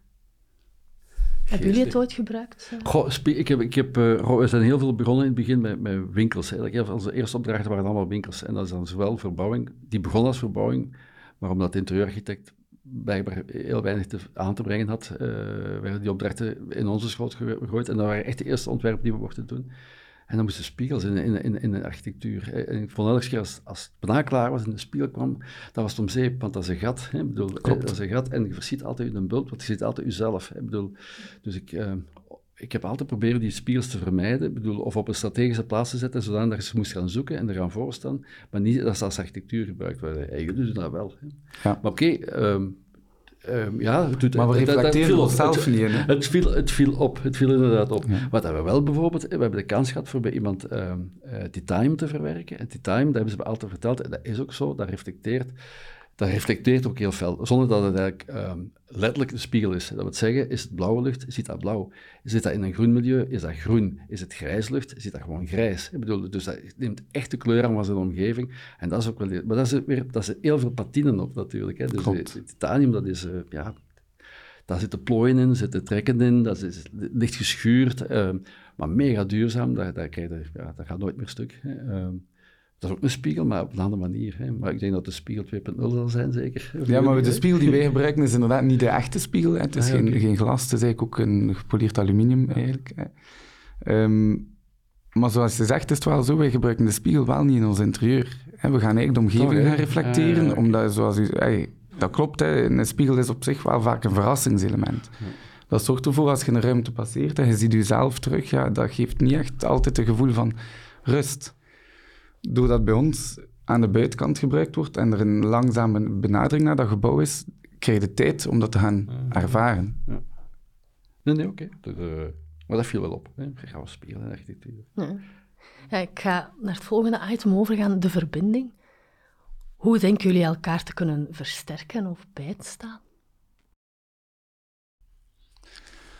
Hebben jullie het ooit gebruikt? Goh, ik heb, ik heb, uh, we zijn heel veel begonnen in het begin met, met winkels. Eigenlijk. Onze eerste opdrachten waren allemaal winkels. En dat is dan zowel verbouwing, die begon als verbouwing, maar omdat de interieurarchitect blijkbaar heel weinig te, aan te brengen had, uh, werden die opdrachten in onze schoot gegooid. En dat waren echt de eerste ontwerpen die we mochten doen. En dan moesten spiegels in, in, in, in de architectuur. En ik vond elke keer als, als het bijna klaar was en de spiegel kwam, dat was het om zeep, want dat is een gat. Hè? Ik bedoel, dat is een gat en je ziet altijd in een bult, want je ziet altijd jezelf. Hè? Ik bedoel, dus ik, uh, ik heb altijd proberen die spiegels te vermijden, ik bedoel, of op een strategische plaats te zetten, zodat je ze moest gaan zoeken en er gaan voorstaan, maar niet dat ze als architectuur gebruikt worden. Hey, jullie doen dat wel. Hè? Ja. Maar oké... Okay, um, Um, ja, het doet, maar we reflecteren onszelf niet in. Het viel, het viel op, het viel inderdaad op. Ja. Wat hebben we wel bijvoorbeeld, we hebben de kans gehad voor bij iemand um, uh, die time te verwerken. En die time, dat hebben ze me altijd verteld, en dat is ook zo, dat reflecteert, dat reflecteert ook heel fel, zonder dat het eigenlijk um, letterlijk een spiegel is. Dat wil zeggen, is het blauwe lucht, zit dat blauw. Zit dat in een groen milieu, is dat groen. Is het grijs lucht, zit dat gewoon grijs. Ik bedoel, dus dat neemt echt de kleur aan van zijn omgeving. En dat is ook wel... Maar dat is weer, dat is heel veel patinen op natuurlijk. Hè. Dus het titanium, dat is... Uh, ja, daar zitten plooien in, zitten trekken in, dat is licht geschuurd, uh, maar mega duurzaam. Dat, dat, krijg je, ja, dat gaat nooit meer stuk. Hè. Uh, Dat is ook een spiegel, maar op een andere manier. Hè. Maar ik denk dat de spiegel twee punt nul zal zijn, zeker. Ja, maar de spiegel die wij gebruiken is inderdaad niet de echte spiegel. Hè. Het is ah, ja, geen, okay. geen glas, het is eigenlijk ook een gepoleerd aluminium. Eigenlijk, hè. Um, maar zoals je zegt, is het wel zo, wij gebruiken de spiegel wel niet in ons interieur. Hè. We gaan eigenlijk de omgeving oh, gaan reflecteren, ah, ja, okay. omdat, zoals u... Hey, dat klopt, hè. Een spiegel is op zich wel vaak een verrassingselement. Ja. Dat zorgt ervoor, als je een ruimte passeert en je ziet jezelf terug, ja, dat geeft niet echt altijd een gevoel van rust. Doordat bij ons aan de buitenkant gebruikt wordt en er een langzame benadering naar dat gebouw is, krijg je de tijd om dat te gaan ja, ervaren. Ja. Nee, nee, oké. Okay. Uh, maar dat viel wel op. Hè. Je gaat spelen in architectuur. Ja. Ja, ik ga naar het volgende item overgaan, de verbinding. Hoe denken jullie elkaar te kunnen versterken of bijstaan?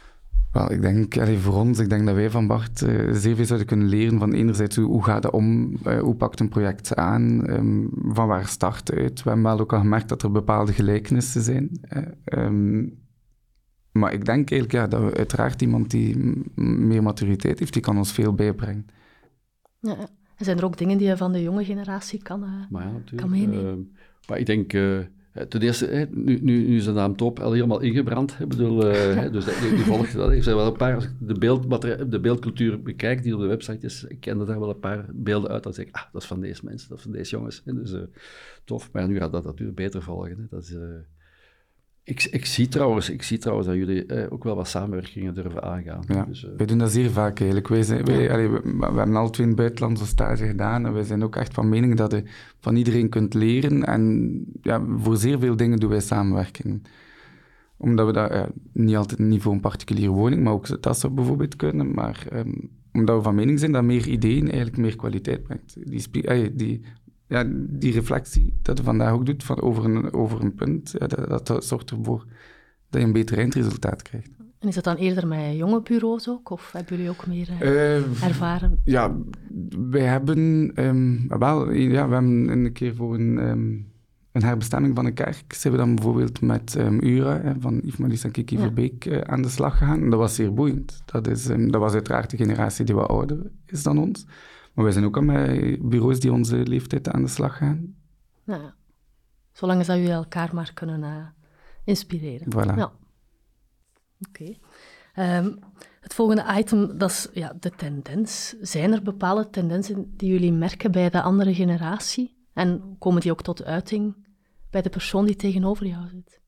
Wel, ik denk, allee, voor ons, ik denk dat wij van Bart uh, zeer veel zouden kunnen leren van enerzijds hoe, hoe gaat dat om, uh, hoe pakt een project aan, um, van waar start het uit. We hebben wel ook al gemerkt dat er bepaalde gelijkenissen zijn. Uh, um, maar ik denk eigenlijk ja, dat we uiteraard iemand die m- meer maturiteit heeft, die kan ons veel bijbrengen. Ja, ja. Zijn er ook dingen die je van de jonge generatie kan, uh, maar ja, natuurlijk. kan meenemen? Uh, maar ik denk... Uh, Ten eerste, hè, nu, nu, nu is de naam Top al helemaal ingebrand. Ik bedoel, uh, hè, dus die, die volgt dat. Er zijn wel een paar, als ik de, beeldmateria- de beeldcultuur bekijk die op de website is, ik ken er daar wel een paar beelden uit, dan zeg ik, ah, dat is van deze mensen, dat is van deze jongens. Hè, dus uh, tof, maar nu gaat dat natuurlijk beter volgen. Hè. Dat is, uh, ik, ik, zie trouwens, ik zie trouwens dat jullie uh, ook wel wat samenwerkingen durven aangaan. Ja, dus, uh, wij doen dat zeer vaak eigenlijk. Wij zijn, wij, ja. allee, we, we hebben al twee een buitenlandse stage gedaan en wij zijn ook echt van mening dat je van iedereen kunt leren. En ja, voor zeer veel dingen doen wij samenwerking. Omdat we dat, ja, niet altijd niet voor een particuliere woning, maar ook dat zou bijvoorbeeld kunnen. Maar um, omdat we van mening zijn dat meer ideeën eigenlijk meer kwaliteit brengt. Die, spe- allee, die, ja, die reflectie dat je vandaag ook doet van over, een, over een punt, ja, dat, dat zorgt ervoor dat je een beter eindresultaat krijgt. En is dat dan eerder met jonge bureaus ook, of hebben jullie ook meer uh, uh, ervaren? Ja, wij hebben um, wel, ja, we hebben een keer voor een, um, een herbestemming van een kerk, zijn we dan bijvoorbeeld met um, Ura, hè, van Yves Malice en Kiki ja. Verbeek, uh, aan de slag gegaan. En dat was zeer boeiend. Dat, is, um, dat was uiteraard de generatie die wat ouder is dan ons. Maar wij zijn ook al met bureaus die onze leeftijd aan de slag gaan. Nou ja, zolang dat jullie elkaar maar kunnen uh, inspireren. Voilà. Ja. Oké. Okay. Um, het volgende item, dat is ja, de tendens. Zijn er bepaalde tendensen die jullie merken bij de andere generatie? En komen die ook tot uiting bij de persoon die tegenover jou zit?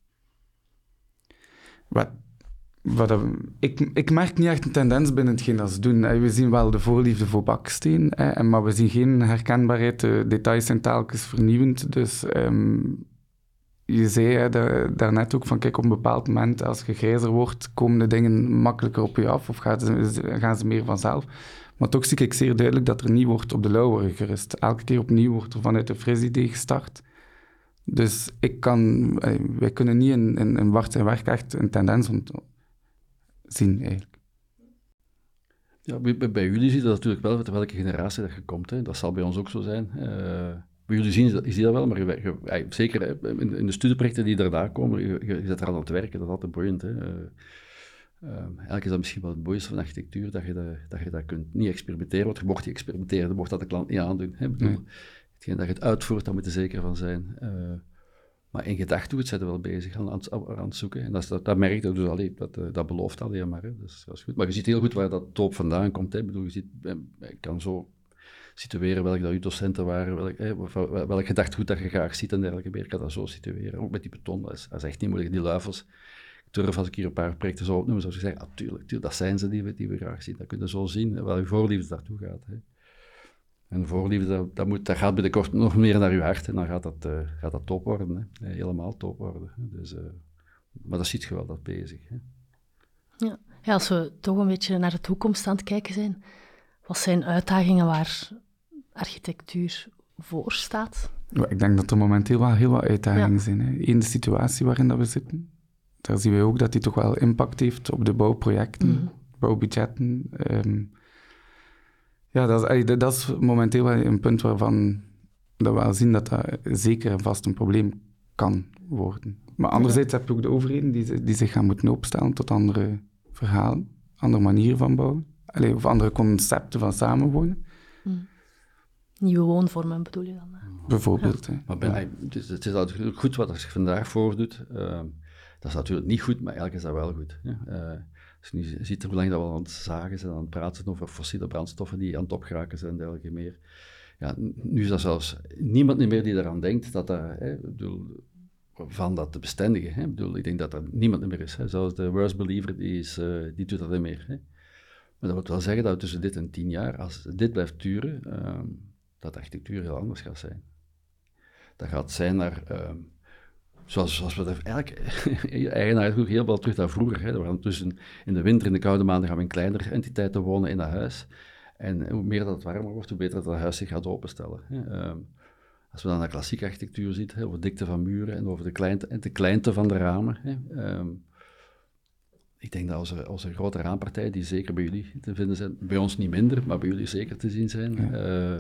Wat, wat, ik, ik merk niet echt een tendens binnen hetgeen dat ze doen. We zien wel de voorliefde voor baksteen, hè, maar we zien geen herkenbaarheid. De details zijn telkens vernieuwend, dus... Um, Je zei hè, daar, daarnet ook van, kijk, op een bepaald moment, als je grijzer wordt, komen de dingen makkelijker op je af of gaan ze, gaan ze meer vanzelf. Maar toch zie ik zeer duidelijk dat er niet wordt op de lauweren gerust. Elke keer opnieuw wordt er vanuit een fris idee gestart. Dus ik kan, wij kunnen niet in, in, in Bart zijn werk echt een tendens zien, eigenlijk. Ja, bij, bij jullie zie je dat natuurlijk wel, uit welke generatie dat je komt. Hè. Dat zal bij ons ook zo zijn. Uh... Bij jullie zien, je ziet dat wel, maar je, je, zeker in, in de studieprojecten die daarna komen, je, je, je zet er aan het werken, dat is altijd boeiend. Hè. Uh, uh, eigenlijk is dat misschien wel het mooiste van architectuur, dat je dat, dat je dat kunt niet experimenteren, want je mocht niet experimenteren, je mocht dat de klant niet aandoen. Hè. Bedoel, mm. Hetgeen dat je het uitvoert, daar moet je zeker van zijn. Uh, maar in gedachtegoed zijn we wel bezig aan, aan, aan het zoeken. En dat, dat, dat merk je dus alleen, dat, dat belooft alleen maar. Hè. Dus, dat is goed. Maar je ziet heel goed waar dat top vandaan komt. Hè. Ik bedoel, je ziet, ik kan zo... situeren welke dat uw docenten waren, welk, eh, welk gedachtegoed dat je graag ziet en dergelijke meer. Ik kan dat zo situeren. Ook met die beton, dat is, dat is echt niet moeilijk. Die luifels, ik durf als ik hier een paar projecten zou opnoemen, zou ik zeggen, ah, tuurlijk, tuurlijk, dat zijn ze die we, die we graag zien. Dat kun je zo zien, wel je voorliefde daartoe gaat. Hè. En voorliefde, dat, dat, moet, dat gaat binnenkort nog meer naar je hart en dan gaat dat, uh, gaat dat top worden. Hè. Helemaal top worden. Hè. Dus, uh, maar dat ziet je wel, dat bezig. Hè. Ja. Ja, als we toch een beetje naar de toekomst aan het kijken zijn, wat zijn uitdagingen waar architectuur voor staat? Ik denk dat er momenteel wel heel wat uitdagingen ja. zijn. Hè. In de situatie waarin dat we zitten, daar zien we ook dat die toch wel impact heeft op de bouwprojecten, mm-hmm. bouwbudgetten. Um, ja, dat is, dat is momenteel wel een punt waarvan dat we wel zien dat dat zeker en vast een probleem kan worden. Maar anderzijds ja. heb je ook de overheden die, die zich gaan moeten opstellen tot andere verhalen, andere manieren van bouwen. Allee, of andere concepten van samenwonen. Mm. Nieuwe woonvormen bedoel je dan? Hè? Bijvoorbeeld. Ja. Hè. Maar bij, ja. het, is, het is natuurlijk goed wat zich vandaag voordoet. Uh, dat is natuurlijk niet goed, maar eigenlijk is dat wel goed. Hè. Uh, als je nu ziet hoe lang dat we aan het zagen zijn, aan het praten zijn over fossiele brandstoffen die aan het opgeraken zijn en dergelijke meer. Ja, nu is dat zelfs niemand meer die eraan denkt dat dat... Hè, bedoel, van dat te bestendigen. Hè. Ik bedoel, ik denk dat er niemand meer is. Hè. Zelfs de worst believer, die, is, uh, die doet dat niet meer. Hè. Maar dat wil wel zeggen dat tussen dit en tien jaar, als dit blijft duren, um, dat de architectuur heel anders gaat zijn. Dat gaat zijn naar, um, zoals, zoals we er eigenlijk, eigenaar ook heel veel terug naar vroeger. Hè. We gaan tussen in de winter, in de koude maanden, gaan we in kleinere entiteiten wonen in dat huis. En hoe meer dat het warmer wordt, hoe beter dat het huis zich gaat openstellen. Hè. Um, als we dan naar klassieke architectuur zien, hè, over de dikte van muren en over de kleinte, en de kleinte van de ramen. Hè. Um, ik denk dat onze, onze grote raampartijen, die zeker bij jullie te vinden zijn, bij ons niet minder, maar bij jullie zeker te zien zijn, ja. uh,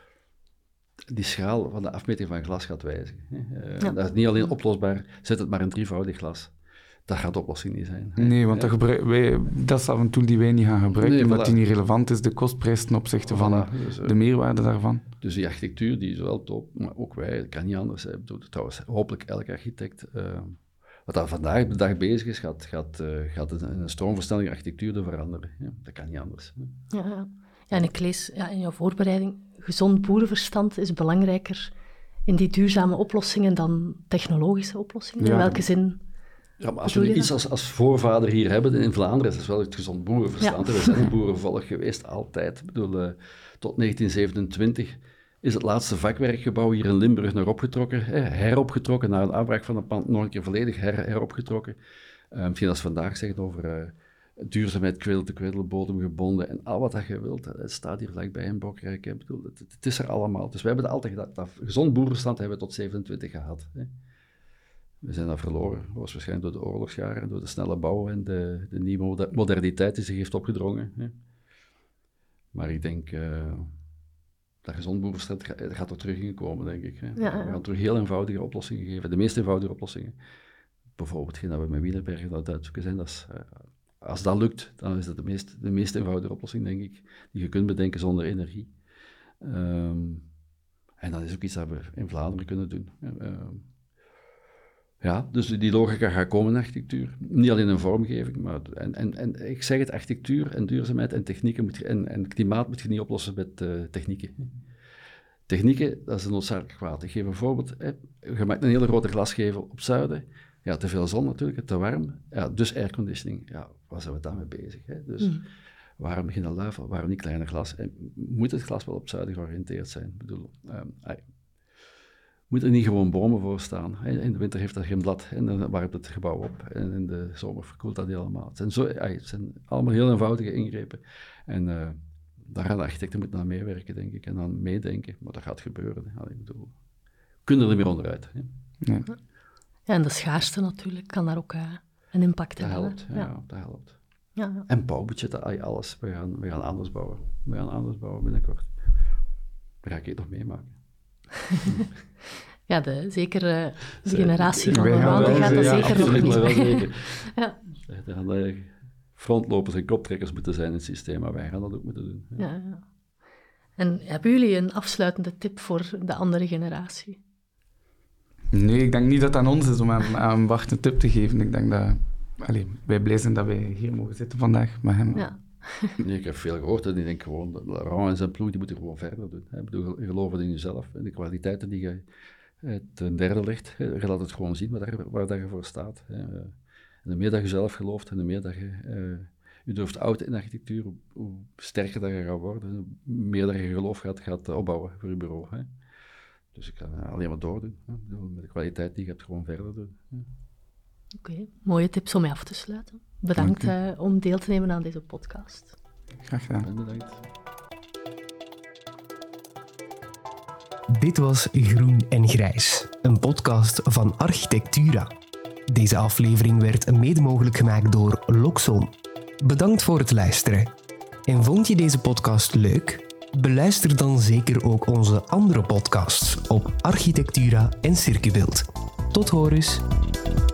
die schaal van de afmeting van glas gaat wijzigen. Uh, ja. Dat is niet alleen oplosbaar, zet het maar een drievoudig glas. Dat gaat de oplossing niet zijn. Nee, want dat, gebruik, wij, dat is af en toe die wij niet gaan gebruiken, nee, omdat voilà. die niet relevant is, de kostprijs ten opzichte van voilà, dus, uh, de meerwaarde daarvan. Dus die architectuur, die is wel top, maar ook wij, dat kan niet anders. Hè. Bedoel, trouwens, hopelijk elke architect, uh, wat daar vandaag de dag bezig is, gaat, gaat, uh, gaat een, een stroomversnelling architectuur te veranderen. Ja, dat kan niet anders. Hè. Ja, ja. ja, en ik lees ja, in jouw voorbereiding, gezond boerenverstand is belangrijker in die duurzame oplossingen dan technologische oplossingen. Ja. In welke zin? Ja, maar als we iets als, als voorvader hier hebben in Vlaanderen, is het wel het gezond boerenverstand. Ja. We zijn een boerenvolk geweest, altijd. Ik bedoel, uh, tot negentien zevenentwintig is het laatste vakwerkgebouw hier in Limburg nog opgetrokken, hè, heropgetrokken, na een afbraak van een pand nog een keer volledig her, heropgetrokken. Uh, misschien als vandaag zegt over uh, duurzaamheid, kwetel te kwetel, bodemgebonden en al wat dat je wilt. Het staat hier vlakbij in Bokrijk. Ik bedoel, het, het is er allemaal. Dus we hebben dat altijd gedaan. Dat gezond boerenverstand hebben we tot zevenentwintig gehad. Hè. We zijn dat verloren. Dat was waarschijnlijk door de oorlogsjaren, door de snelle bouw en de, de nieuwe moderniteit die zich heeft opgedrongen. Hè. Maar ik denk, uh, dat gezond boerenverstand gaat, gaat er terug in komen, denk ik. Hè. Ja, ja. We gaan terug heel eenvoudige oplossingen geven, de meest eenvoudige oplossingen. Bijvoorbeeld hetgeen dat we met Wienerberger aan het uitzoeken zijn, dat is, uh, als dat lukt, dan is dat de meest, de meest eenvoudige oplossing, denk ik, die je kunt bedenken zonder energie. Um, en dat is ook iets dat we in Vlaanderen kunnen doen. Uh, Ja, dus die logica gaat komen in architectuur. Niet alleen in vormgeving, maar... En, en, en ik zeg het, architectuur en duurzaamheid en technieken moet je, en, en klimaat moet je niet oplossen met uh, technieken. Technieken, dat is een noodzakelijk kwaad. Ik geef een voorbeeld. Hè. Je maakt een hele grote glasgevel op zuiden. Ja, te veel zon natuurlijk, te warm. Ja, dus airconditioning. Ja, waar zijn we daarmee bezig? Hè? Dus mm. waarom geen luifel? Waarom niet kleiner glas? En moet het glas wel op zuiden georiënteerd zijn? Ik bedoel... Um, moet er niet gewoon bomen voor staan. In de winter heeft dat geen blad en dan warmt het gebouw op. En in de zomer verkoelt dat helemaal. Het zijn, zo, ja, het zijn allemaal heel eenvoudige ingrepen. En uh, daar gaan de architecten moeten aan meewerken, denk ik. En dan meedenken. Maar dat gaat gebeuren. Hè. Ik bedoel, kunnen er meer onderuit. Hè. Ja. ja, en de schaarste natuurlijk kan daar ook uh, een impact dat hebben. Helpt, ja, ja, dat helpt. Ja, ja. En bouwbudgetten, alles. We gaan, we gaan anders bouwen. We gaan anders bouwen binnenkort. Dat ga ik het nog meemaken. Ja, de, zeker uh, de generatie van Oranje gaat dat ja, zeker nog niet mee. Ja. Er gaan uh, frontlopers en koptrekkers moeten zijn in het systeem, maar wij gaan dat ook moeten doen. Ja. Ja, ja. En hebben jullie een afsluitende tip voor de andere generatie? Nee, ik denk niet dat het aan ons is om aan, aan Bart een tip te geven. Ik denk dat allee, wij blij zijn dat wij hier mogen zitten vandaag met hem. Ja. Nee, ik heb veel gehoord en ik denk gewoon, Laurent en zijn ploeg, die moeten gewoon verder doen. Hè. Ik bedoel, geloof in jezelf en de kwaliteiten die je ten derde ligt. Je laat het gewoon zien waar, waar dat je voor staat. Hè. En hoe meer dat je zelf gelooft en hoe meer dat je uh, je durft oud in architectuur, hoe, hoe sterker dat je gaat worden, hoe meer dat je geloof gaat, gaat opbouwen voor je bureau. Hè. Dus ik ga alleen maar doordoen. Hè. Bedoel, met de kwaliteit die je hebt, gewoon verder doen. Oké, okay, mooie tips om mee af te sluiten. Bedankt uh, om deel te nemen aan deze podcast. Graag gedaan. En bedankt. Dit was Groen en Grijs, een podcast van Architectura. Deze aflevering werd mede mogelijk gemaakt door Loxon. Bedankt voor het luisteren. En vond je deze podcast leuk? Beluister dan zeker ook onze andere podcasts op Architectura en Circubeeld. Tot horens!